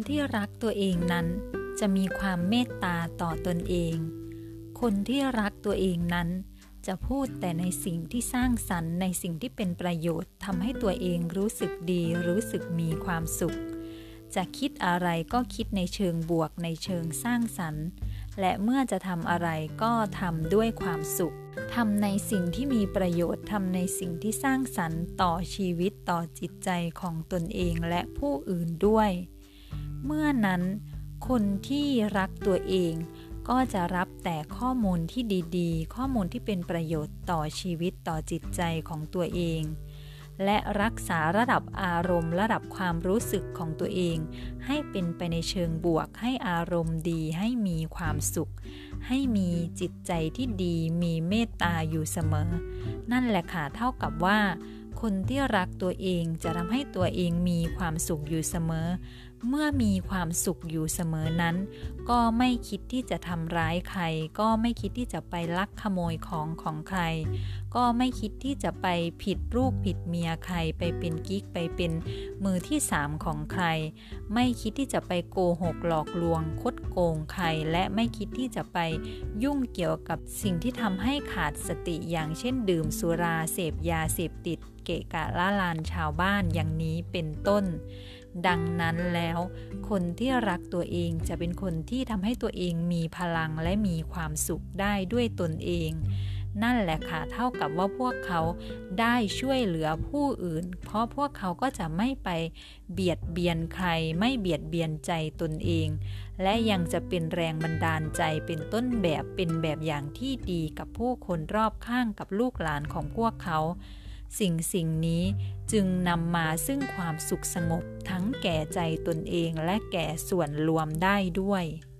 ที่รักตัวเองนั้นจะมีความเมตตาต่อตนเองคนที่รักตัวเองนั้นจะพูดแต่ในสิ่งที่สร้างสรรค์ในสิ่งที่เป็นประโยชน์ทำให้ตัวเองรู้สึกดีรู้สึกมีความสุขจะคิดอะไรก็คิดในเชิงบวกในเชิงสร้างสรรค์และเมื่อจะทำอะไรก็ทำด้วยความสุขทำในสิ่งที่มีประโยชน์ทำในสิ่งที่สร้างสรรค์ต่อชีวิตต่อจิตใจของตนเองและผู้อื่นด้วยเมื่อนั้นคนที่รักตัวเองก็จะรับแต่ข้อมูลที่ดีๆข้อมูลที่เป็นประโยชน์ต่อชีวิตต่อจิตใจของตัวเองและรักษาระดับอารมณ์ระดับความรู้สึกของตัวเองให้เป็นไปในเชิงบวกให้อารมณ์ดีให้มีความสุขให้มีจิตใจที่ดีมีเมตตาอยู่เสมอนั่นแหละค่ะเท่ากับว่าคนที่รักตัวเองจะทำให้ตัวเองมีความสุขอยู่เสมอเมื่อมีความสุขอยู่เสมอนั้นก็ไม่คิดที่จะทำร้ายใครก็ไม่คิดที่จะไปลักขโมยของใครก็ไม่คิดที่จะไปผิดลูกผิดเมียใครไปเป็นกิ๊กไปเป็นมือที่สามของใครไม่คิดที่จะไปโกหกหลอกลวงคดโกงใครและไม่คิดที่จะไปยุ่งเกี่ยวกับสิ่งที่ทำให้ขาดสติอย่างเช่นดื่มสุราเสพยาเสพติดเกะกะละลานชาวบ้านอย่างนี้เป็นต้นดังนั้นแล้วคนที่รักตัวเองจะเป็นคนที่ทำให้ตัวเองมีพลังและมีความสุขได้ด้วยตนเองนั่นแหละค่ะเท่ากับว่าพวกเขาได้ช่วยเหลือผู้อื่นเพราะพวกเขาก็จะไม่ไปเบียดเบียนใครไม่เบียดเบียนใจตนเองและยังจะเป็นแรงบันดาลใจเป็นต้นแบบเป็นแบบอย่างที่ดีกับผู้คนรอบข้างกับลูกหลานของพวกเขาสิ่งนี้จึงนำมาซึ่งความสุขสงบทั้งแก่ใจตนเองและแก่ส่วนรวมได้ด้วย